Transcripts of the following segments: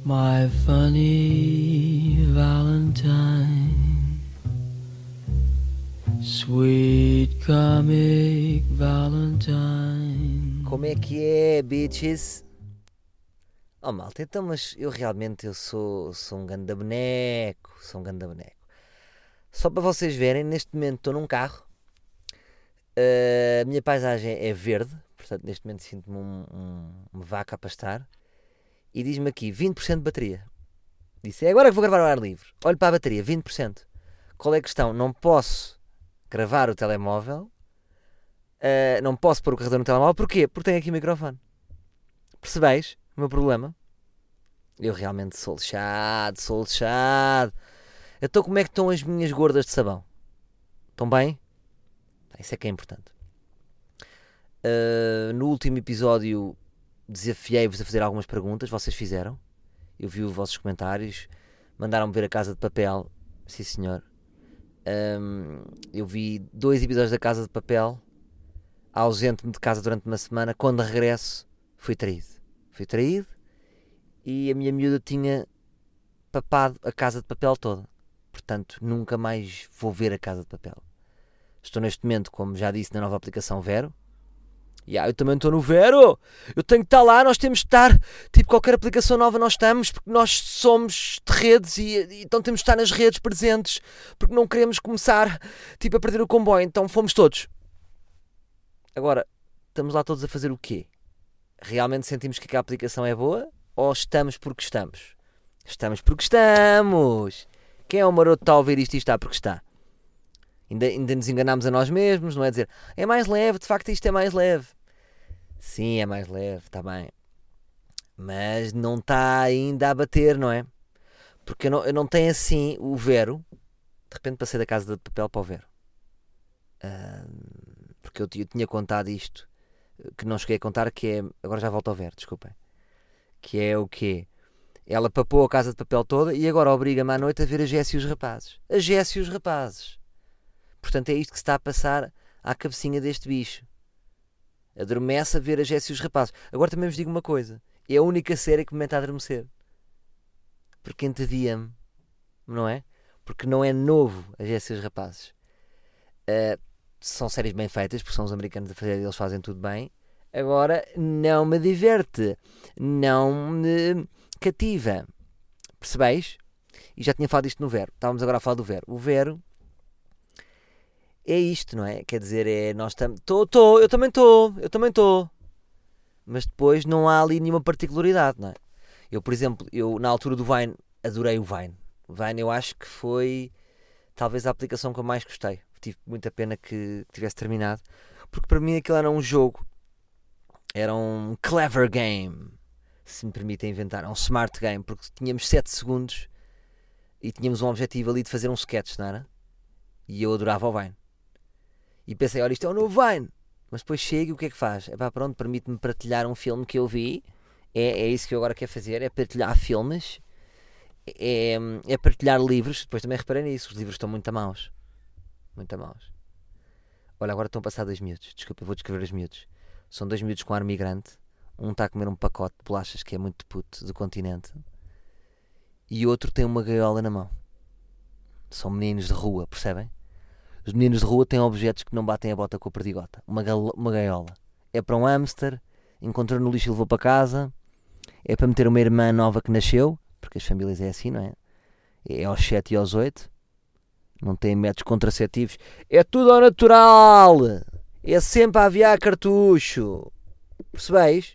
My funny Valentine, sweet comic Valentine. Como é que é, bitches? Oh, malta, então, mas eu realmente sou um ganda boneco, Só para vocês verem, neste momento estou num carro, a minha paisagem é verde, portanto neste momento sinto-me uma vaca a pastar, e diz-me aqui 20% de bateria. Disse, é agora que vou gravar ao ar livre. Olho para a bateria, 20%. Qual é a questão? Não posso gravar o telemóvel, não posso pôr o carregador no telemóvel, porquê? Porque tenho aqui o microfone. Percebeis o meu problema? Eu realmente sou lixado. Então como é que estão as minhas gordas de sabão? Estão bem? Isso é que é importante. No último episódio desafiei-vos a fazer algumas perguntas, vocês fizeram. Eu vi os vossos comentários, mandaram-me ver a Casa de Papel. Sim, senhor. Eu vi 2 episódios da Casa de Papel, ausente-me de casa durante uma semana. Quando regresso, fui traído e a minha miúda tinha papado a Casa de Papel toda. Portanto, nunca mais vou ver a Casa de Papel. Estou neste momento, como já disse, na nova aplicação Vero. Eu também estou no Vero. Eu tenho que estar lá, nós temos que estar. Tipo, qualquer aplicação nova nós estamos, porque nós somos de redes e então temos que estar nas redes presentes, porque não queremos começar tipo, a perder o comboio. Então fomos todos. Agora, estamos lá todos a fazer o quê? Realmente sentimos que a aplicação é boa? Ou estamos porque estamos? Estamos porque estamos. Quem é o maroto que está a ouvir isto e está porque está? Ainda nos enganamos a nós mesmos, não é dizer é mais leve, de facto isto é mais leve. Sim, é mais leve, está bem. Mas não está ainda a bater, não é? Porque eu não tenho assim o Vero. De repente passei da Casa de Papel para o Vero. Porque eu tinha contado isto, que não cheguei a contar, que é... Agora já volto ao Vero, desculpem. Que é o quê? Ela papou a Casa de Papel toda e agora obriga-me à noite a ver a Jéssica e os rapazes. A Jéssica e os rapazes. Portanto, é isto que se está a passar à cabecinha deste bicho. Adormece a ver a Jéssica e os rapazes. Agora também vos digo uma coisa. É a única série que me mete a adormecer. Porque entedia-me. Não é? Porque não é novo a Jéssica e os rapazes. São séries bem feitas, porque são os americanos a fazer, eles fazem tudo bem. Agora, não me diverte. Não me cativa. Percebeis? E já tinha falado isto no Vero. Estávamos agora a falar do Vero. O Vero é isto, não é? Quer dizer, nós estamos... Eu também estou. Mas depois não há ali nenhuma particularidade, não é? Eu, por exemplo, na altura do Vine, adorei o Vine. O Vine eu acho que foi talvez a aplicação que eu mais gostei. Tive muita pena que tivesse terminado. Porque para mim aquilo era um jogo. Era um clever game. Se me permitem inventar. Um smart game. Porque tínhamos 7 segundos e tínhamos um objetivo ali de fazer um sketch, não era? E eu adorava o Vine. E pensei, olha, isto é um novo Vine. Mas depois chego e o que é que faz? Pronto, permite-me partilhar um filme que eu vi. É isso que eu agora quero fazer. É partilhar filmes. É partilhar livros. Depois também reparei nisso. Os livros estão muito a maus. Olha, agora estão a passar 2 miúdos. Desculpa, eu vou descrever os miúdos. São 2 miúdos com ar migrante. Um está a comer um pacote de bolachas que é muito puto do continente. E o outro tem uma gaiola na mão. São meninos de rua, percebem? Os meninos de rua têm objetos que não batem a bota com a perdigota. Uma gaiola. É para um hamster, encontrou no lixo e levou para casa. É para meter uma irmã nova que nasceu, porque as famílias é assim, não é? É aos 7 e aos 8. Não têm métodos contraceptivos. É tudo ao natural. É sempre a aviar cartucho. Percebeis?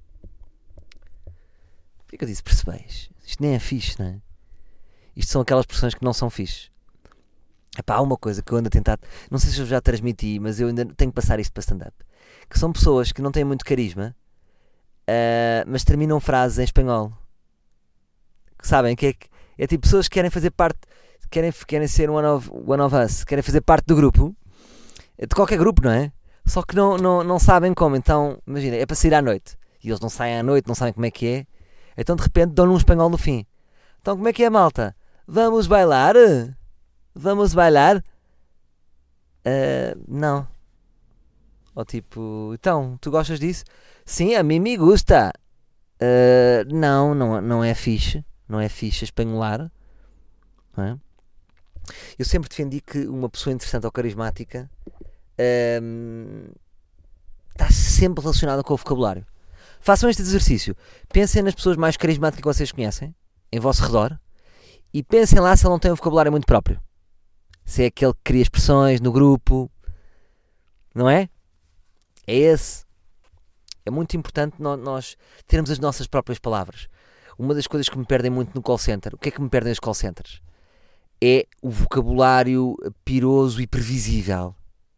Por que eu disse percebeis? Isto nem é fixe, não é? Isto são aquelas expressões que não são fixe. Há uma coisa que eu ando a tentar, não sei se eu já transmiti, mas eu ainda tenho que passar isto para stand-up, que são pessoas que não têm muito carisma, mas terminam frases em espanhol. Que sabem que é tipo pessoas que querem fazer parte, querem ser one of us, querem fazer parte do grupo, de qualquer grupo, não é? Só que não sabem como. Então, imagina, é para sair à noite e eles não saem à noite, não sabem como é que é, então de repente dão-lhe um espanhol no fim. Então como é que é, malta? Vamos bailar? Vamos bailar? Não. Ou tipo, então, tu gostas disso? Sim, a mim me gusta. Não é fixe. Não é fixe espanholar. Não é? Eu sempre defendi que uma pessoa interessante ou carismática está sempre relacionada com o vocabulário. Façam este exercício. Pensem nas pessoas mais carismáticas que vocês conhecem, em vosso redor, e pensem lá se ele não tem um vocabulário muito próprio. Se é aquele que cria expressões no grupo, não é? É esse. É muito importante nós termos as nossas próprias palavras. Uma das coisas que me perdem muito no call center, o que é que me perdem os call centers? É o vocabulário piroso e previsível.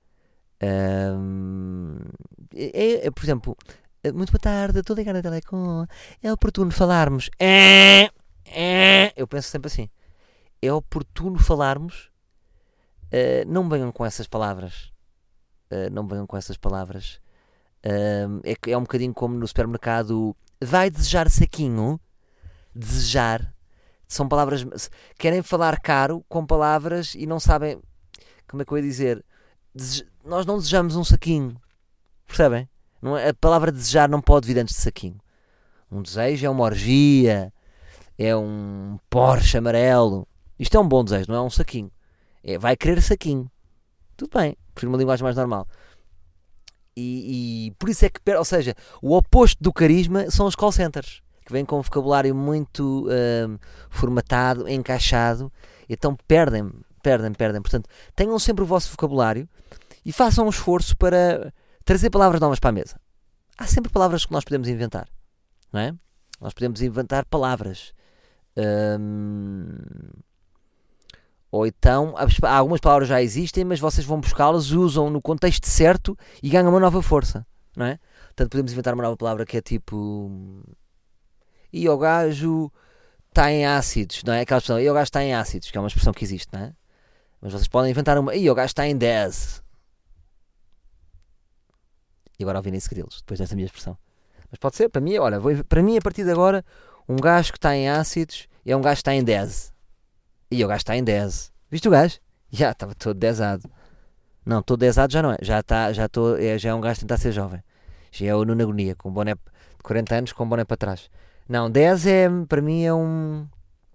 Por exemplo, muito boa tarde, estou ligado na Telecom, é oportuno falarmos. Eu penso sempre assim. É oportuno falarmos. Não venham com essas palavras. Não venham com essas palavras. É um bocadinho como no supermercado. Vai desejar saquinho? Desejar. São palavras. Querem falar caro com palavras e não sabem. Como é que eu ia dizer? Nós não desejamos um saquinho. Percebem? Não é, a palavra desejar não pode vir antes de saquinho. Um desejo é uma orgia. É um Porsche amarelo. Isto é um bom desejo, não é um saquinho. Vai querer saquinho. Tudo bem. Prefiro uma linguagem mais normal. E por isso é que... Ou seja, o oposto do carisma são os call centers. Que vêm com um vocabulário muito formatado, encaixado. Então perdem. Portanto, tenham sempre o vosso vocabulário e façam um esforço para trazer palavras novas para a mesa. Há sempre palavras que nós podemos inventar. Não é? Nós podemos inventar palavras. Ou então, algumas palavras já existem, mas vocês vão buscá-las, usam no contexto certo e ganham uma nova força, não é? Portanto, podemos inventar uma nova palavra que é tipo... E o gajo está em ácidos, não é? Aquela expressão, e o gajo está em ácidos, que é uma expressão que existe, não é? Mas vocês podem inventar uma, e o gajo está em 10. E agora ouvirem segredos, depois desta minha expressão. Mas pode ser, para mim, olha, para mim a partir de agora, um gajo que está em ácidos é um gajo que está em 10. E o gajo está em 10. Viste o gajo? Já estava todo desado. Não, todo desado já não é. Já é um gajo que tenta ser jovem. Já é o Nuno Agonia, com boné de 40 anos, com boné para trás. Não, 10 para mim é um...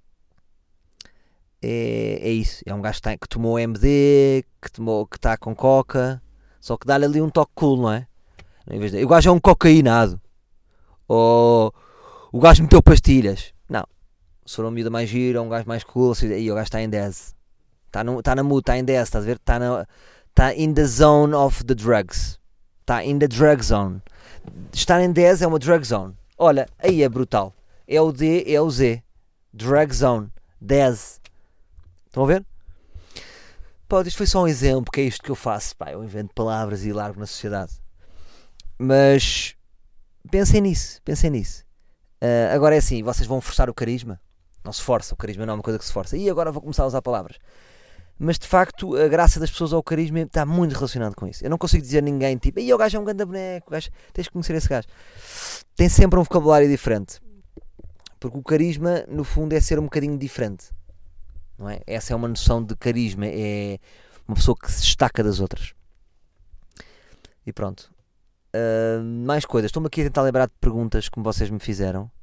É isso. É um gajo que tomou MD, que está com coca. Só que dá-lhe ali um toque cool, não é? O gajo é um cocainado. Ou o gajo meteu pastilhas. Não. Se for uma miúda mais gira, um gajo mais cool, e o gajo está em 10. Está na mood, está em 10, estás a ver? Está in the zone of the drugs. Está in the drug zone. Estar em 10 é uma drug zone. Olha, aí é brutal. É o D, é o Z. Drug zone. 10. Estão a ver? Pô, isto foi só um exemplo, que é isto que eu faço. Pá, eu invento palavras e largo na sociedade. Mas pensem nisso. Agora é assim, vocês vão forçar o carisma? Não se força, o carisma não é uma coisa que se força. E agora vou começar a usar palavras. Mas de facto, a graça das pessoas ao carisma está muito relacionado com isso. Eu não consigo dizer a ninguém tipo, e o gajo é um grande boneco, tens que conhecer esse gajo. Tem sempre um vocabulário diferente. Porque o carisma, no fundo, é ser um bocadinho diferente. Não é? Essa é uma noção de carisma. É uma pessoa que se destaca das outras. E pronto. Mais coisas. Estou-me aqui a tentar lembrar de perguntas como vocês me fizeram.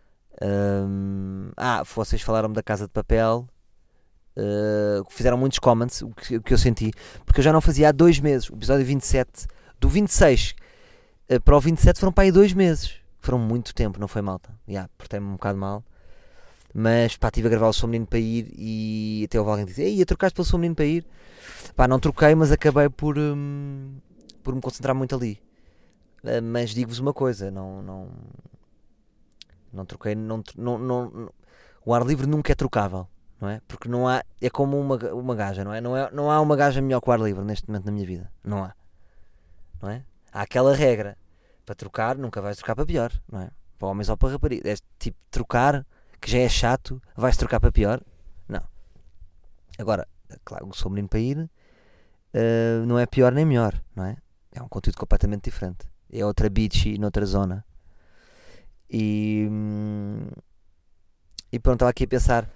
Vocês falaram da Casa de Papel. Fizeram muitos comments, o que eu senti, porque eu já não fazia há 2 meses. O episódio 27, do 26 para o 27 foram para aí 2 meses. Foram muito tempo, não foi, malta? Portei-me um bocado mal. Mas estive a gravar o Sou Menino para Ir e até houve alguém que disse, ei, trocaste pelo Sou Menino para Ir? Não troquei, mas acabei por me concentrar muito ali. Mas digo-vos uma coisa, não troquei, o ar livre nunca é trocável, não é? Porque não há, é como uma gaja, não é? Não há uma gaja melhor que o ar livre neste momento na minha vida, não há, não é? Há aquela regra, para trocar nunca vais trocar para pior, não é? Para homens ou para raparigas, é tipo trocar, que já é chato, vais trocar para pior, não. Agora, claro, Sou Menino para Ir, não é pior nem melhor, não é? É um conteúdo completamente diferente, é outra beachy noutra zona. E pronto, estava aqui a pensar,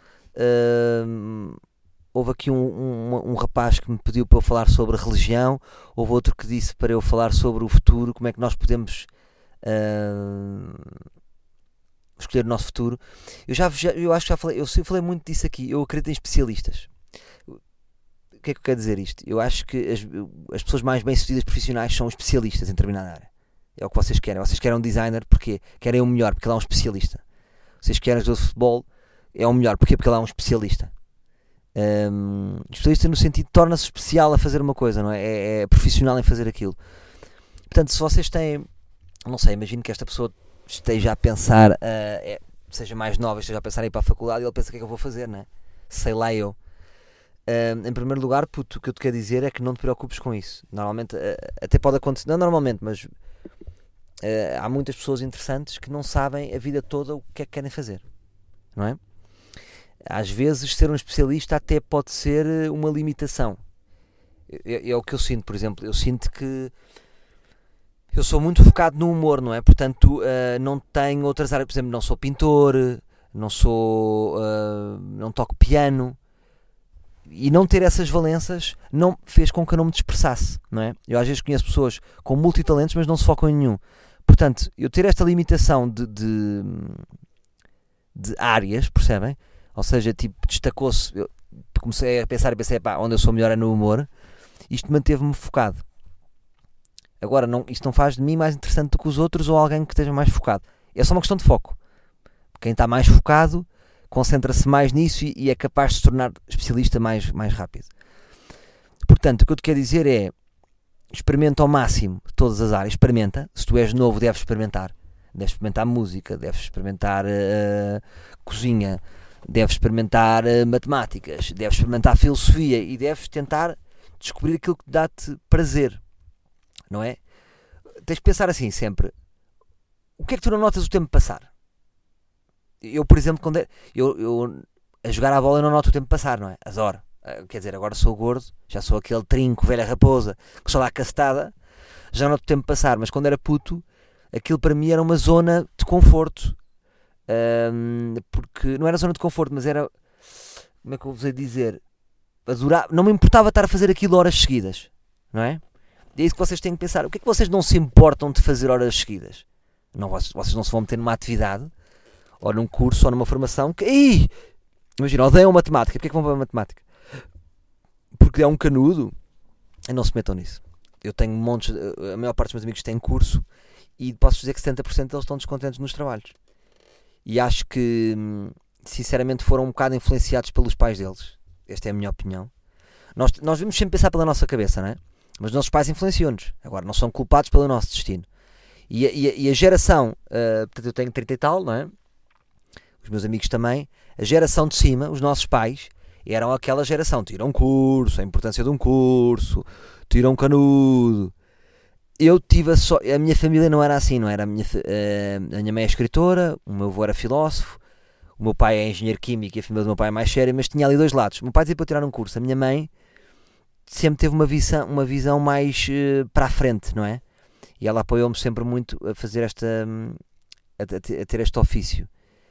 houve aqui um rapaz que me pediu para eu falar sobre religião, houve outro que disse para eu falar sobre o futuro, como é que nós podemos escolher o nosso futuro. Eu acho que eu falei muito disso aqui. Eu acredito em especialistas. O que é que eu quero dizer isto? Eu acho que as pessoas mais bem-sucedidas profissionais são especialistas em determinada área. É o que vocês querem. Vocês querem um designer porque querem o melhor, porque ele é um especialista. Vocês querem jogador de futebol, é o melhor, porque ele é um especialista. Especialista no sentido de torna-se especial a fazer uma coisa, não é? É profissional em fazer aquilo. Portanto, se vocês têm, não sei, imagino que esta pessoa esteja a pensar, seja mais nova, esteja a pensar em ir para a faculdade e ele pensa o que é que eu vou fazer, não é? Sei lá eu. Em primeiro lugar, puto, o que eu te quero dizer é que não te preocupes com isso. Normalmente, até pode acontecer, não normalmente, mas há muitas pessoas interessantes que não sabem a vida toda o que é que querem fazer, não é? Às vezes ser um especialista até pode ser uma limitação. É o que eu sinto, por exemplo. Eu sinto que eu sou muito focado no humor, não é? Portanto, não tenho outras áreas. Por exemplo, não sou pintor, não toco piano. E não ter essas valências não fez com que eu não me dispersasse, não é? Eu às vezes conheço pessoas com multitalentos, mas não se focam em nenhum. Portanto, eu ter esta limitação de áreas, percebem? Ou seja, tipo, destacou-se. Eu comecei a pensar e pensei, pá, onde eu sou melhor é no humor. Isto manteve-me focado. Agora, isto não faz de mim mais interessante do que os outros ou alguém que esteja mais focado. É só uma questão de foco. Quem está mais focado concentra-se mais nisso e é capaz de se tornar especialista mais rápido. Portanto, o que eu te quero dizer é, experimenta ao máximo todas as áreas. Experimenta. Se tu és novo, deves experimentar. Deves experimentar música, deves experimentar cozinha, deves experimentar matemáticas, deves experimentar filosofia e deves tentar descobrir aquilo que dá-te prazer, não é? Tens de pensar assim sempre, o que é que tu não notas o tempo passar? Eu, por exemplo, quando eu a jogar a bola eu não noto o tempo passar, não é? Adoro. Quer dizer, agora sou gordo, já sou aquele trinco, velha raposa, que só dá castada, já não noto o tempo passar, mas quando era puto, aquilo para mim era uma zona de conforto. Porque não era zona de conforto, mas era, como é que eu vos ia dizer, não me importava estar a fazer aquilo horas seguidas, não é? E é isso que vocês têm que pensar. O que é que vocês não se importam de fazer horas seguidas? Não, vocês não se vão meter numa atividade ou num curso ou numa formação que, imagina, odeiam matemática. Porquê é que vão para a matemática? Porque é um canudo. E não se metam nisso. Eu tenho montes, a maior parte dos meus amigos tem curso e posso dizer que 70% deles estão descontentes nos trabalhos. E acho que, sinceramente, foram um bocado influenciados pelos pais deles. Esta é a minha opinião. Nós devemos sempre pensar pela nossa cabeça, não é? Mas os nossos pais influenciam-nos. Agora, não são culpados pelo nosso destino. E a geração, portanto, eu tenho 30 e tal, não é? Os meus amigos também. A geração de cima, os nossos pais, eram aquela geração. Tira um curso, a importância de um curso, tira um canudo. Eu tive a minha família não era assim, não era? A minha mãe é escritora, o meu avô era filósofo, o meu pai é engenheiro químico e a família do meu pai é mais séria, mas tinha ali dois lados. O meu pai dizia para eu tirar um curso, a minha mãe sempre teve uma visão mais para a frente, não é? E ela apoiou-me sempre muito a fazer a ter este ofício.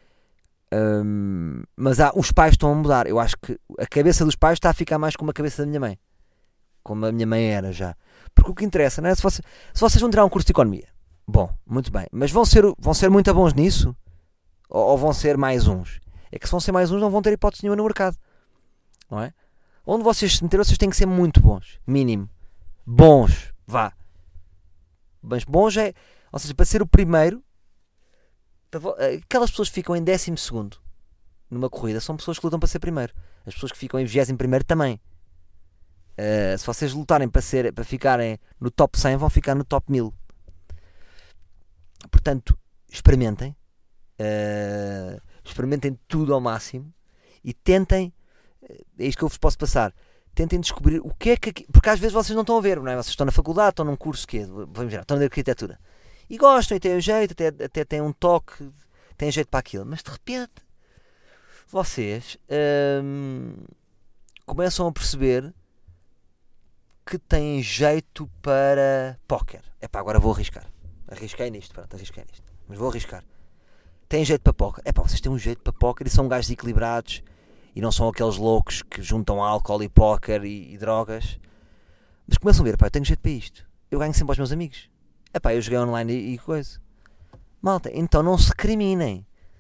Mas os pais estão a mudar. Eu acho que a cabeça dos pais está a ficar mais como a cabeça da minha mãe, como a minha mãe era já. Porque o que interessa, não é? Se vocês vão tirar um curso de economia, bom, muito bem, mas vão ser muito bons nisso? Ou vão ser mais uns? É que se vão ser mais uns não vão ter hipótese nenhuma no mercado, não é? Onde vocês se meteram, vocês têm que ser muito bons, mínimo. Bons, vá. Mas bons é, ou seja, para ser o primeiro, aquelas pessoas que ficam em 12º numa corrida são pessoas que lutam para ser primeiro. As pessoas que ficam em 21º também. Se vocês lutarem para ficarem no top 100, vão ficar no top 1000. Portanto, experimentem. Experimentem tudo ao máximo e tentem, é isto que eu vos posso passar, tentem descobrir o que é que... Porque às vezes vocês não estão a ver, não é? Vocês estão na faculdade, estão num curso que vamos ver, estão na arquitetura e gostam e têm um jeito, até têm um toque, têm jeito para aquilo, mas de repente vocês começam a perceber que têm jeito para póquer. Epá, agora vou arriscar. Arrisquei nisto, mas vou arriscar. Têm jeito para póquer. Epá, vocês têm um jeito para póquer e são gajos equilibrados e não são aqueles loucos que juntam álcool e póquer e drogas. Mas começam a ver, epá, eu tenho jeito para isto. Eu ganho sempre aos meus amigos. Epá, eu joguei online e coisa. Malta, então não se criminem.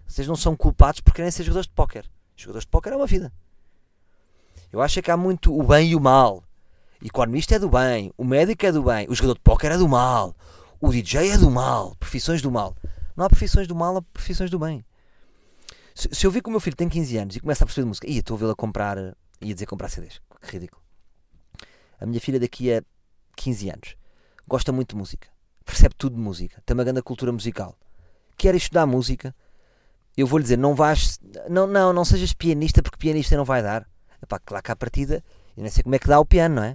Vocês não são culpados por querem ser jogadores de póquer. Jogadores de póquer é uma vida. Eu acho que há muito o bem e o mal. O economista é do bem, o médico é do bem, o jogador de póquer é do mal, o DJ é do mal, profissões do mal. Não há profissões do mal, há profissões do bem. Se eu vi que o meu filho tem 15 anos e começa a perceber de música, estou a vê-lo a comprar, ia dizer comprar CDs, que ridículo. A minha filha daqui a 15 anos gosta muito de música, percebe tudo de música, tem uma grande cultura musical, quer estudar música, eu vou-lhe dizer, não sejas pianista, porque pianista não vai dar. Epá, claro que à partida, eu nem sei como é que dá o piano, não é?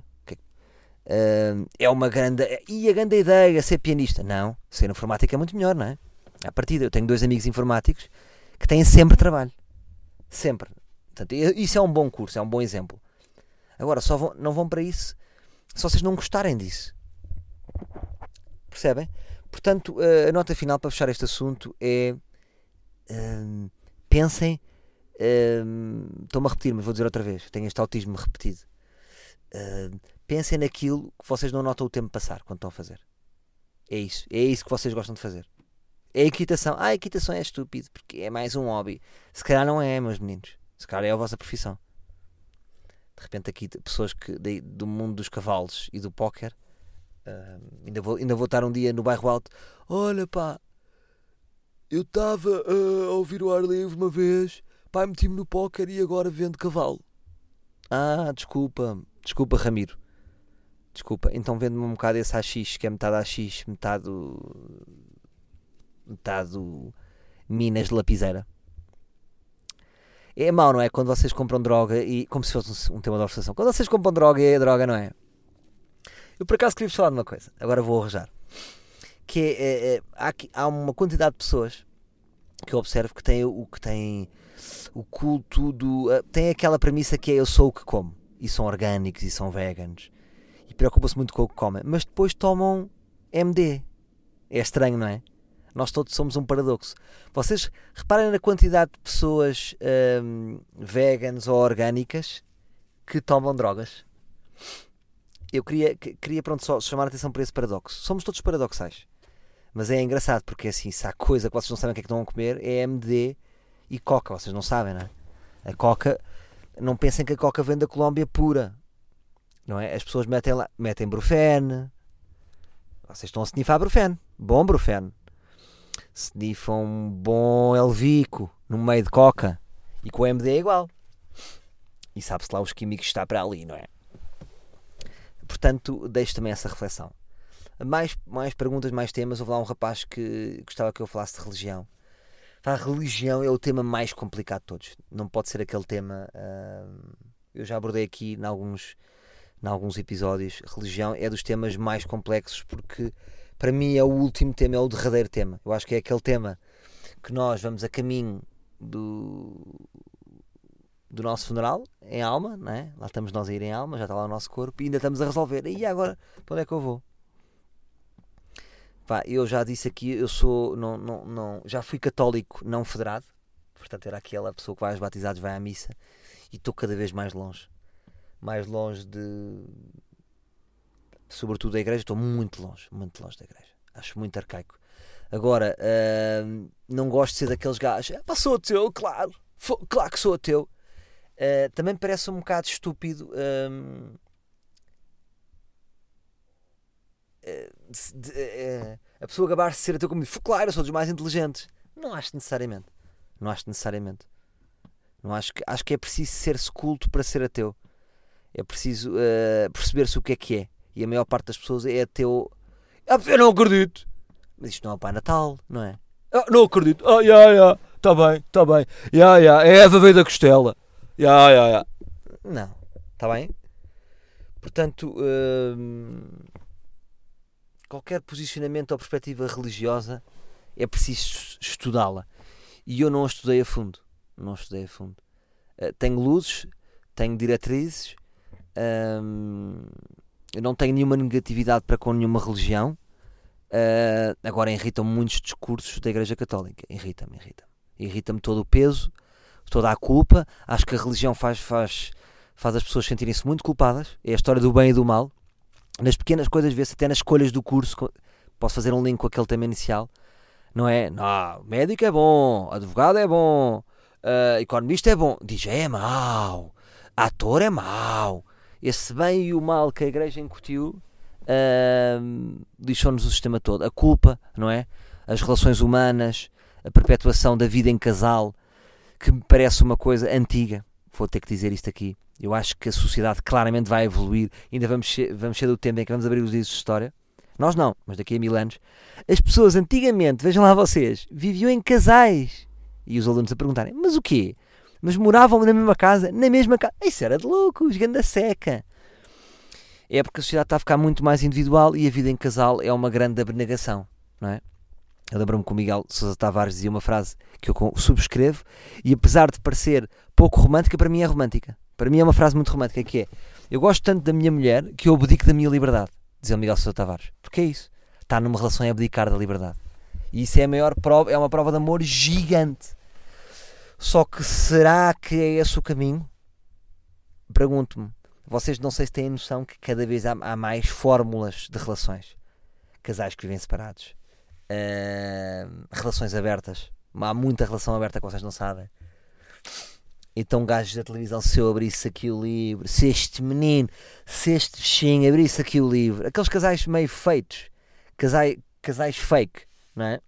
É uma grande... E a grande ideia ser pianista? Não, ser informático é muito melhor, não é? À partida, eu tenho 2 amigos informáticos que têm sempre trabalho. Sempre. Portanto, isso é um bom curso, é um bom exemplo. Agora, não vão para isso se vocês não gostarem disso. Percebem? Portanto, a nota final para fechar este assunto é... pensem... estou-me a repetir, mas vou dizer outra vez. Tenho este autismo repetido. Pensem naquilo que vocês não notam o tempo passar quando estão a fazer. É isso que vocês gostam de fazer. É a equitação. A equitação é estúpido porque é mais um hobby. Se calhar não é, meus meninos. Se calhar é a vossa profissão. De repente aqui pessoas do mundo dos cavalos e do póquer, ainda vou estar um dia no bairro alto. Olha pá, eu estava a ouvir o ar livre uma vez, pá, meti-me no póquer e agora vendo cavalo. Desculpa Ramiro. Desculpa, então vende-me um bocado esse AX, que é metade AX, metade minas de lapiseira. É mau, não é? Quando vocês compram droga e... Como se fosse um tema de orçação. Quando vocês compram droga e é droga, não é? Eu por acaso queria-vos falar de uma coisa. Agora vou arranjar. Que há uma quantidade de pessoas que eu observo que têm o culto do... Tem aquela premissa que é eu sou o que como. E são orgânicos e são veganos. E preocupam-se muito com o que comem. Mas depois tomam MD. É estranho, não é? Nós todos somos um paradoxo. Vocês reparem na quantidade de pessoas veganas ou orgânicas que tomam drogas. Eu queria só chamar a atenção para esse paradoxo. Somos todos paradoxais. Mas é engraçado porque assim, se há coisa que vocês não sabem o que é que estão a comer, é MD e Coca. Vocês não sabem, não é? A Coca, não pensem que a Coca vem da Colômbia pura. Não é? As pessoas metem brufene. Vocês estão a snifar brufene. Bom brufene. Snifam um bom Elvico no meio de Coca. E com o MD é igual. E sabe-se lá os químicos que está para ali, não é? Portanto, deixo também essa reflexão. Mais perguntas, mais temas. Houve lá um rapaz que gostava que eu falasse de religião. A religião é o tema mais complicado de todos. Não pode ser aquele tema... eu já abordei aqui em alguns episódios. Religião é dos temas mais complexos porque... Para mim é o último tema, é o derradeiro tema. Eu acho que é aquele tema que nós vamos a caminho do nosso funeral, em alma, não é? Lá estamos nós a ir em alma, já está lá o nosso corpo e ainda estamos a resolver. E agora, para onde é que eu vou? Pá, eu já disse aqui, eu sou, já fui católico não federado, portanto era aquela pessoa que vai aos batizados, vai à missa, e estou cada vez mais longe de... Sobretudo da igreja, estou muito longe da igreja. Acho muito arcaico. Agora, não gosto de ser daqueles gajos. Sou ateu, claro que sou ateu. Também parece um bocado estúpido a pessoa acabar-se de ser ateu como claro, eu sou dos mais inteligentes. Não acho necessariamente. Não acho que é preciso ser-se culto para ser ateu. É preciso perceber-se o que é. E a maior parte das pessoas é ateu. Eu não acredito. Mas isto não é o Pai Natal, não é? Não acredito. Está bem. É Eva veio da costela. Não. Está bem? Portanto, qualquer posicionamento ou perspectiva religiosa é preciso estudá-la. E eu não a estudei a fundo. Tenho luzes, tenho diretrizes. Eu não tenho nenhuma negatividade para com nenhuma religião. Agora irritam-me muitos discursos da Igreja Católica. Irrita-me todo o peso, toda a culpa. Acho que a religião faz as pessoas sentirem-se muito culpadas. É a história do bem e do mal. Nas pequenas coisas, vê-se até nas escolhas do curso. Posso fazer um link com aquele tema inicial. não é? Não, médico é bom, advogado é bom, economista é bom, DJ é mau, ator é mau. Esse bem e o mal que a igreja incutiu lixou-nos o sistema todo. A culpa, não é? As relações humanas, a perpetuação da vida em casal, que me parece uma coisa antiga. Vou ter que dizer isto aqui. Eu acho que a sociedade claramente vai evoluir. Ainda vamos ser do tempo em que vamos abrir os livros de história. Nós não, mas daqui a 1000 anos. As pessoas antigamente, vejam lá vocês, viviam em casais. E os alunos a perguntarem, mas o quê? Mas moravam na mesma casa? Na mesma casa? Isso era de loucos, ganda seca. É porque a sociedade está a ficar muito mais individual e a vida em casal é uma grande abnegação, não é? Eu lembro-me que o Miguel Sousa Tavares dizia uma frase que eu subscrevo e apesar de parecer pouco romântica, para mim é romântica. Para mim é uma frase muito romântica que é: eu gosto tanto da minha mulher que eu abdico da minha liberdade, dizia o Miguel Sousa Tavares. Porque é isso. Está numa relação a abdicar da liberdade. E isso é a maior prova, é uma prova de amor gigante. Só que será que é esse o caminho? Pergunto-me. Vocês não sei se têm noção que cada vez há mais fórmulas de relações. Casais que vivem separados. Relações abertas. Há muita relação aberta que vocês não sabem. Então gajos da televisão, se eu abrisse aqui o livro, se este menino, se este bichinho abrisse aqui o livro, aqueles casais meio feitos, casais fake, não é?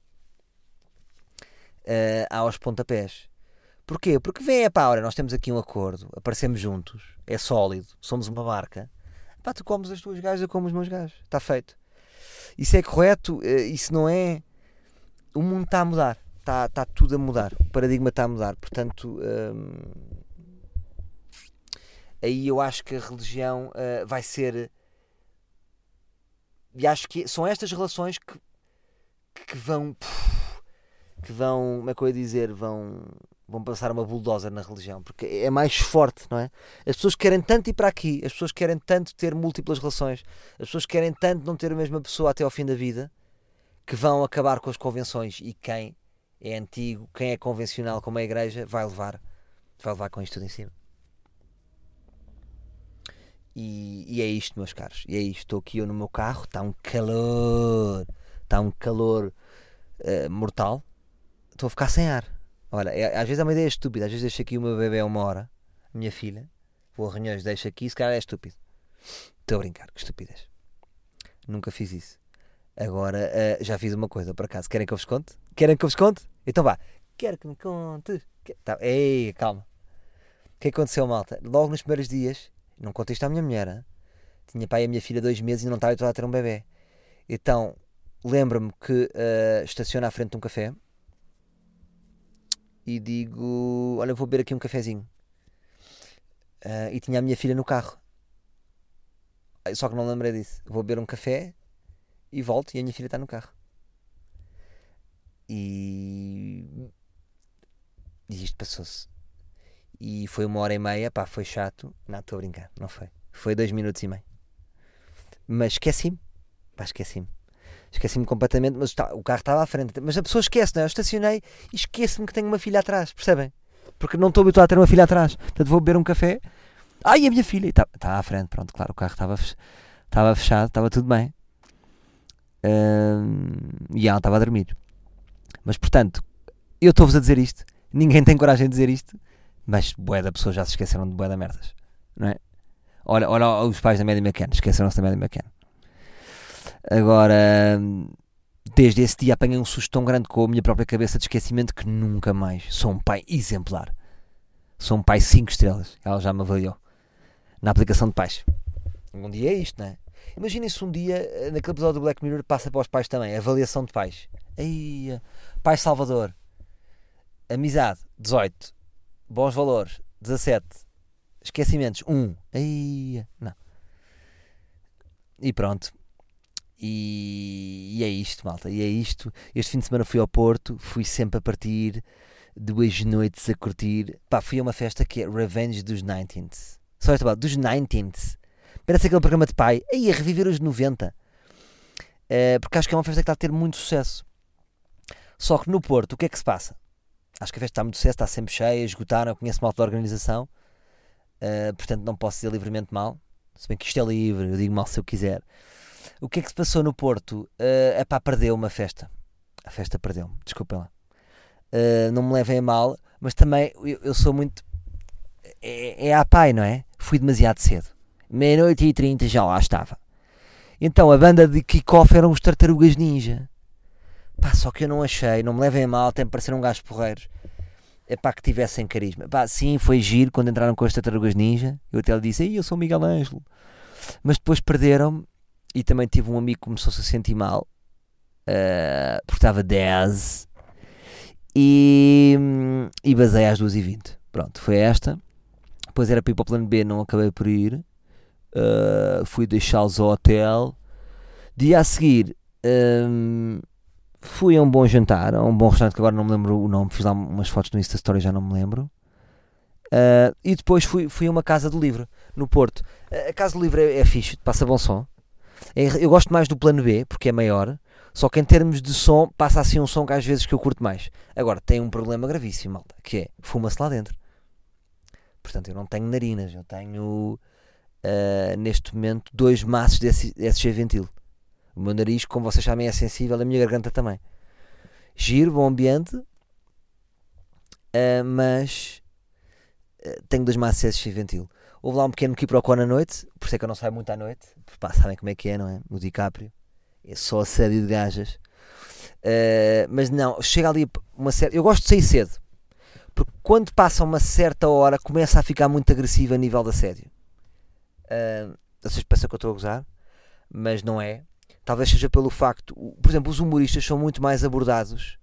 Aos pontapés. Porquê? Porque vem, olha, nós temos aqui um acordo, aparecemos juntos, é sólido, somos uma barca. Tu comes as tuas gajas, eu como os meus gajos, está feito. Isso é correto? Isso não é? O mundo está a mudar. Está tudo a mudar. O paradigma está a mudar. Portanto, aí eu acho que a religião vai ser... E acho que são estas relações que vão... Como é que eu ia dizer? Vão passar uma bulldozer na religião. Porque é mais forte, não é? As pessoas querem tanto ir para aqui. As pessoas querem tanto ter múltiplas relações. As pessoas querem tanto não ter a mesma pessoa até ao fim da vida, que vão acabar com as convenções. E quem é antigo, quem é convencional como a igreja, vai levar com isto tudo em cima. E é isto, meus caros. E é isto. Estou aqui eu no meu carro. Está um calor mortal. Estou a ficar sem ar. Olha, às vezes é uma ideia estúpida. Às vezes deixo aqui o meu bebê 1 hora, minha filha, vou a reuniões, deixo aqui, se calhar é estúpido. Estou a brincar, que estupidez. Nunca fiz isso. Agora já fiz uma coisa, por acaso. Querem que eu vos conte? Então vá. Quero que me contes. Ei, calma. O que aconteceu, malta? Logo nos primeiros dias, não contei isto à minha mulher, hein? Tinha pai e a minha filha 2 meses e não estava habituada a ter um bebê. Então, lembro-me que estaciono à frente de um café e digo, olha, vou beber aqui um cafezinho. E tinha a minha filha no carro. Só que não lembrei disso. Vou beber um café e volto e a minha filha está no carro. E isto passou-se. E foi 1h30, foi chato. Não, estou a brincar, não foi. Foi 2 minutos e meio. Mas esqueci-me. Esqueci-me completamente, mas o carro estava à frente. Mas a pessoa esquece, não é? Eu estacionei e esqueço-me que tenho uma filha atrás, percebem? Porque não estou habituado a ter uma filha atrás. Portanto, vou beber um café. E a minha filha? Está à frente, pronto, claro, o carro estava fechado, estava tudo bem. E ela estava a dormir. Mas, portanto, eu estou-vos a dizer isto. Ninguém tem coragem de dizer isto. Mas bué da pessoa já se esqueceram de bué da merdas, não é? Olha os pais da Média McCann, esqueceram-se da Média McCann. Agora, desde esse dia apanhei um susto tão grande com a minha própria cabeça de esquecimento que nunca mais. Sou um pai exemplar. Sou um pai 5 estrelas. Ela já me avaliou na aplicação de pais. Um dia é isto, não é? Imaginem-se um dia, naquele episódio do Black Mirror, passa para os pais também, avaliação de pais. Aí, pai Salvador, amizade, 18, bons valores, 17, esquecimentos, 1. Aí, não. E pronto. E é isto, malta. E é isto. Este fim de semana fui ao Porto. Fui sempre a partir 2 noites a curtir. Fui a uma festa que é Revenge dos 19th. Só esta palavra, dos 19th. Parece aquele programa de pai. Aí a reviver os 90. Porque acho que é uma festa que está a ter muito sucesso. Só que no Porto, o que é que se passa? Acho que a festa está muito sucesso. Está sempre cheia, esgotaram. Eu conheço malta da organização. Portanto não posso dizer livremente mal. Se bem que isto é livre, eu digo mal se eu quiser. O que é que se passou no Porto? Perdeu uma festa. A festa perdeu-me, desculpem lá. Não me levem a mal, mas também eu sou muito... É à pai, não é? Fui demasiado cedo. 00:30 já lá estava. Então a banda de kick-off eram os Tartarugas Ninja. Pá, só que eu não achei, não me levem a mal, até me pareceram gajos porreiros. É pá, que tivessem carisma. Pá, sim, foi giro quando entraram com as Tartarugas Ninja. Eu até lhe disse, eu sou o Miguel Ângelo. Mas depois perderam-me e também tive um amigo que começou-se a sentir mal. Porque estava 10 e basei às 2h20. Pronto, foi esta. Depois era para ir para o plano B, não acabei por ir. Fui deixá-los ao hotel. Dia a seguir fui a um bom jantar, a um bom restaurante que agora não me lembro o nome, fiz lá umas fotos no Insta Story, já não me lembro. E depois fui a uma casa do livro no Porto. A casa do livro é fixe, passa bom som. Eu gosto mais do plano B porque é maior, só que em termos de som passa assim um som que às vezes que eu curto mais. Agora tem um problema gravíssimo, malta, que é fuma-se lá dentro. Portanto eu não tenho narinas, eu tenho neste momento 2 maços de SG Ventil. O meu nariz, como vocês sabem, é sensível, a minha garganta também. Giro, bom ambiente, mas tenho 2 maços de SG Ventil. Houve lá um pequeno quiprocó na noite, por isso é que eu não saio muito à noite, porque pá, sabem como é que é, não é? O DiCaprio é só assédio de gajas. Mas não, chega ali uma certa... Eu gosto de sair cedo, porque quando passa uma certa hora começa a ficar muito agressivo a nível de assédio. Vocês pensam que eu estou a gozar, mas não é. Talvez seja pelo facto, por exemplo, os humoristas são muito mais abordados.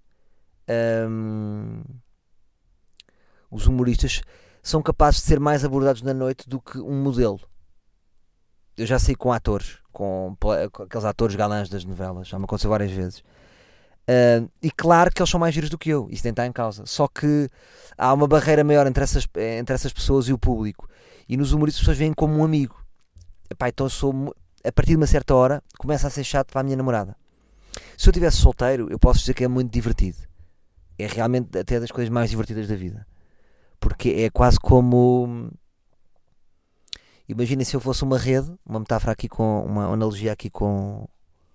Os humoristas são capazes de ser mais abordados na noite do que um modelo. Eu já saí com atores, com aqueles atores galãs das novelas, já me aconteceu várias vezes. E claro que eles são mais giros do que eu, isso nem está em causa. Só que há uma barreira maior entre essas pessoas e o público. E nos humoristas as pessoas veem como um amigo. Epá, então a partir de uma certa hora começa a ser chato para a minha namorada. Se eu estivesse solteiro, eu posso dizer que é muito divertido. É realmente até das coisas mais divertidas da vida. Porque é quase como... Imaginem se eu fosse uma rede, uma metáfora aqui, com uma analogia aqui com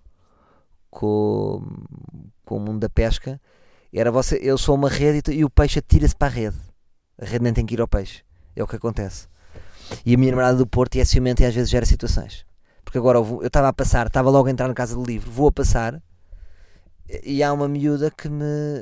o mundo da pesca. Eu sou uma rede e o peixe atira-se para a rede. A rede nem tem que ir ao peixe. É o que acontece. E a minha namorada do Porto é ciumenta e às vezes gera situações. Porque agora eu estava a passar, estava logo a entrar na casa do livro, vou a passar e há uma miúda que me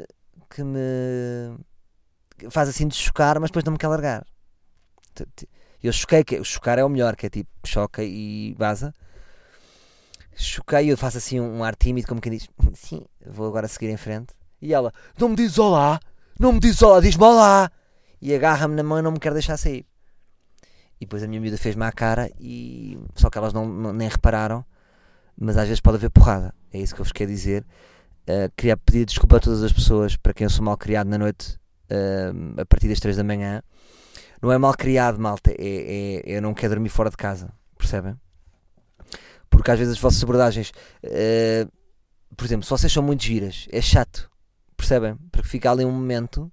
faz assim de chocar, mas depois não me quer largar. Eu choquei, chocar é o melhor, que é tipo, choca e vaza. Choquei e eu faço assim um ar tímido, como quem diz, sim, vou agora seguir em frente. E ela, não me diz olá, diz-me olá. E agarra-me na mão e não me quer deixar sair. E depois a minha miúda fez-me à cara, e só que elas nem repararam, mas às vezes pode haver porrada. É isso que eu vos quero dizer. Queria pedir desculpa a todas as pessoas para quem eu sou mal criado na noite, a partir das 3 da manhã. Não é mal criado, malta, eu não quero dormir fora de casa, percebem? Porque às vezes as vossas abordagens, por exemplo, se vocês são muito giras, é chato, percebem? Porque fica ali um momento...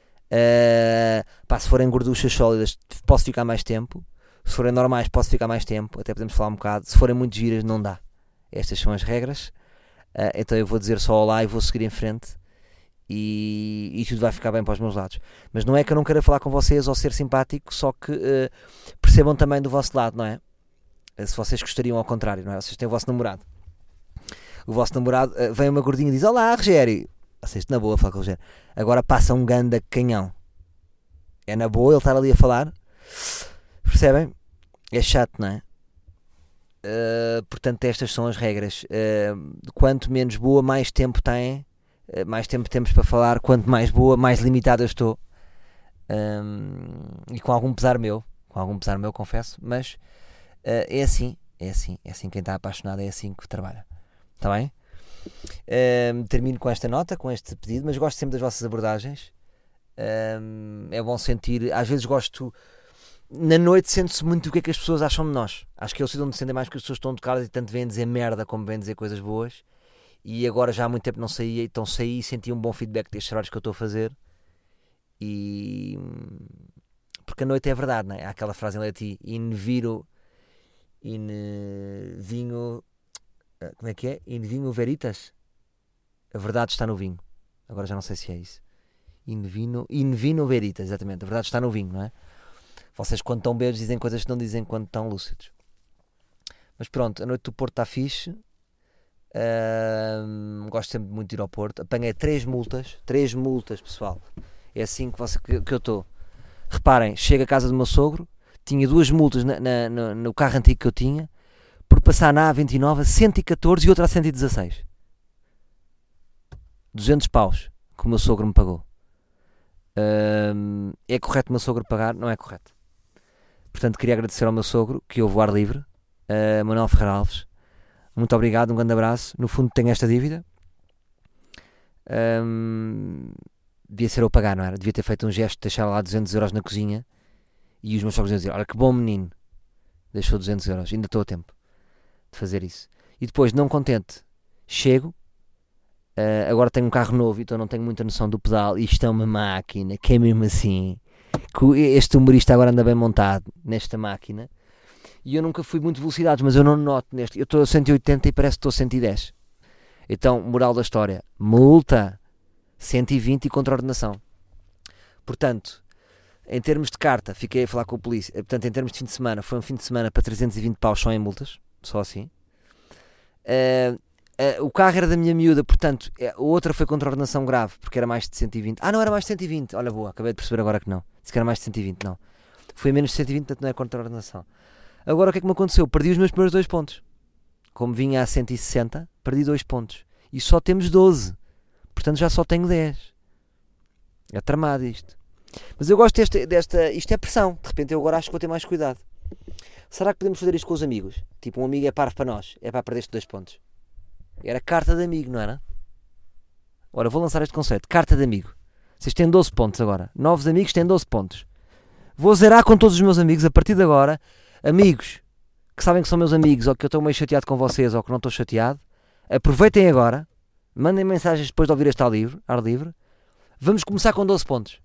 se forem gorduchas sólidas posso ficar mais tempo, se forem normais posso ficar mais tempo, até podemos falar um bocado. Se forem muito giras não dá, estas são as regras. Então eu vou dizer só olá e vou seguir em frente, e tudo vai ficar bem para os meus lados. Mas não é que eu não queira falar com vocês ou ser simpático, só que percebam também do vosso lado, não é? Se vocês gostariam ao contrário, não é? Vocês têm o vosso namorado, vem uma gordinha e diz olá Rogério, vocês na boa falar com o Rogério, agora passa um ganda canhão, é na boa ele estar ali a falar, percebem? É chato, não é? Portanto estas são as regras. Quanto menos boa, mais tempo tem, mais tempo temos para falar. Quanto mais boa, mais limitada eu estou, e com algum pesar meu, confesso, mas é assim quem está apaixonado, é assim que trabalha, está bem? Termino com esta nota, com este pedido, mas gosto sempre das vossas abordagens. É bom sentir, às vezes gosto, na noite sente-se muito o que é que as pessoas acham de nós. Acho que é o sítio onde sentem mais, porque as pessoas estão tocadas e tanto vêm dizer merda como vêm dizer coisas boas. E agora já há muito tempo não saía, então saí e senti um bom feedback destes trabalhos que eu estou a fazer. E porque a noite é verdade, não é? Há aquela frase em latim, in vinho, como é que é? In vinho veritas? A verdade está no vinho. Agora já não sei se é isso. In vino veritas, exatamente. A verdade está no vinho, não é? Vocês quando estão bêbados dizem coisas que não dizem quando estão lúcidos. Mas pronto, a noite do Porto está fixe. Gosto sempre muito de ir ao Porto. Apanhei 3 multas, pessoal. É assim que eu estou. Reparem, chego à casa do meu sogro, tinha 2 multas no carro antigo que eu tinha, por passar na A29 a 114 e outra a 116. 200 paus que o meu sogro me pagou. É correto o meu sogro pagar? Não é correto. Portanto, queria agradecer ao meu sogro, que houve o ar livre, Manuel Ferreira Alves. Muito obrigado, um grande abraço. No fundo tenho esta dívida. Devia ser eu pagar, não era? Devia ter feito um gesto de deixar lá 200 euros na cozinha e os meus sogros iam dizer, olha que bom menino, deixou 200 euros, ainda estou a tempo de fazer isso. E depois, não contente, chego, agora tenho um carro novo, então não tenho muita noção do pedal, e isto é uma máquina, que é mesmo assim, este humorista agora anda bem montado nesta máquina, e eu nunca fui muito velocidades, mas eu não noto neste, eu estou a 180 e parece que estou a 110. Então, moral da história, multa 120 e contraordenação. Portanto, em termos de carta, fiquei a falar com a polícia. Portanto, em termos de fim de semana, foi um fim de semana para 320 paus só em multas, só assim. O carro era da minha miúda, portanto, a outra foi contraordenação grave, porque era mais de 120. Não, era mais de 120. Olha, boa, acabei de perceber agora que não. Disse que era mais de 120, não. Foi menos de 120, portanto não é contraordenação. Agora, o que é que me aconteceu? Perdi os meus primeiros 2 pontos. Como vinha a 160, perdi 2 pontos. E só temos 12. Portanto, já só tenho 10. É tramado isto. Mas eu gosto desta... Isto é pressão. De repente eu agora acho que vou ter mais cuidado. Será que podemos fazer isto com os amigos? Tipo, um amigo é parvo para nós. É para perder estes 2 pontos. Era carta de amigo, não era? Ora, vou lançar este conceito. Carta de amigo. Vocês têm 12 pontos agora. Novos amigos têm 12 pontos. Vou zerar com todos os meus amigos a partir de agora. Amigos que sabem que são meus amigos, ou que eu estou meio chateado com vocês, ou que não estou chateado, aproveitem agora, mandem mensagens depois de ouvir este ar livre. Vamos começar com 12 pontos.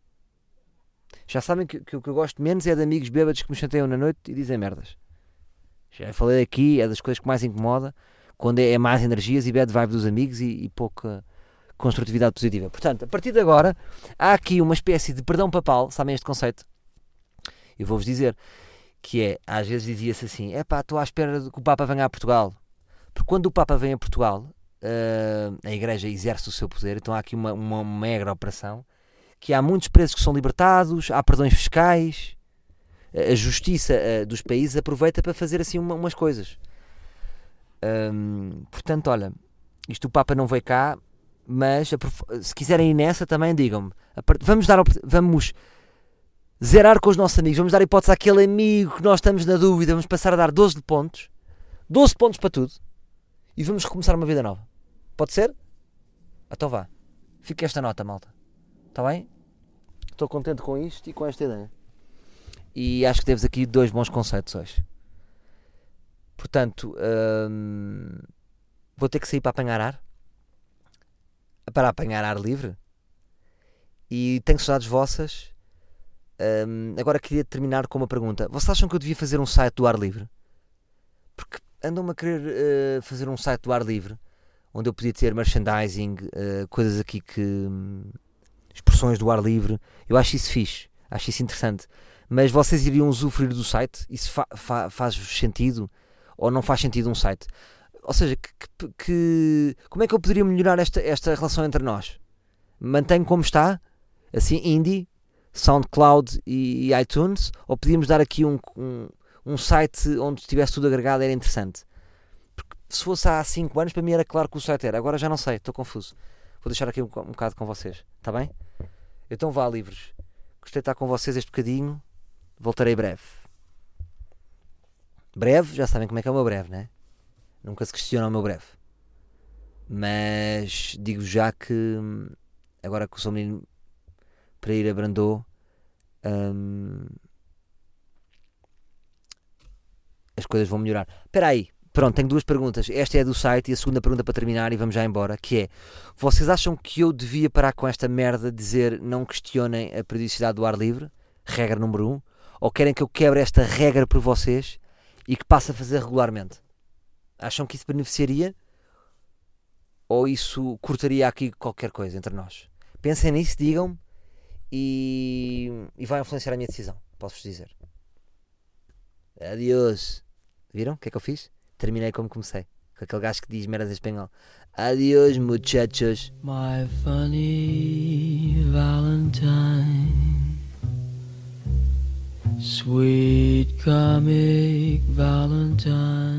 Já sabem que o que eu gosto menos é de amigos bêbados que me chateiam na noite e dizem merdas. Já falei aqui, é das coisas que mais incomoda, quando é más energias e bad vibe dos amigos e pouca construtividade positiva. Portanto, a partir de agora, há aqui uma espécie de perdão papal, sabem este conceito? Eu vou-vos dizer, que é, às vezes dizia-se assim, estou à espera de que o Papa venha a Portugal. Porque quando o Papa vem a Portugal, a Igreja exerce o seu poder, então há aqui uma mega operação, que há muitos presos que são libertados, há perdões fiscais, a justiça dos países aproveita para fazer assim umas coisas. Portanto, olha, isto o Papa não veio cá, mas se quiserem ir nessa também digam-me, vamos zerar com os nossos amigos, vamos dar hipótese àquele amigo que nós estamos na dúvida, vamos passar a dar 12 pontos para tudo, e vamos recomeçar uma vida nova. Pode ser? Então vá, fica esta nota, malta, está bem? Estou contente com isto e com esta ideia, e acho que temos aqui 2 bons conceitos hoje. Portanto, vou ter que sair para apanhar ar livre, e tenho saudades vossas. Agora queria terminar com uma pergunta. Vocês acham que eu devia fazer um site do ar livre? Porque andam-me a querer fazer um site do ar livre onde eu podia ter merchandising, coisas aqui que expressões do ar livre. Eu acho isso fixe, acho isso interessante. Mas vocês iriam usufruir do site? Isso faz-vos sentido? Ou não faz sentido um site? Ou seja, como é que eu poderia melhorar esta relação entre nós? Mantenho como está? Assim, indie, SoundCloud e iTunes? Ou podíamos dar aqui um site onde estivesse tudo agregado? Era interessante. Porque se fosse há 5 anos, para mim era claro que o site era. Agora já não sei, estou confuso. Vou deixar aqui um bocado com vocês. Está bem? Então vá, livres. Gostei de estar com vocês este bocadinho. Voltarei breve. Breve, já sabem como é que é o meu breve, não é? Nunca se questiona o meu breve. Mas digo já que agora que eu sou menino para ir a Brandô, as coisas vão melhorar. Espera aí, pronto, tenho 2 perguntas. Esta é do site e a segunda pergunta para terminar e vamos já embora, que é: vocês acham que eu devia parar com esta merda de dizer não questionem a periodicidade do ar livre? Regra número 1. Ou querem que eu quebre esta regra por vocês e que passe a fazer regularmente? Acham que isso beneficiaria? ou isso cortaria aqui qualquer coisa entre nós? Pensem nisso, digam-me e vai influenciar a minha decisão, posso-vos dizer. Adiós. Viram o que é que eu fiz? Terminei como comecei, com aquele gajo que diz merdas em espanhol. Adiós, muchachos. My funny Valentine, sweet comic Valentine.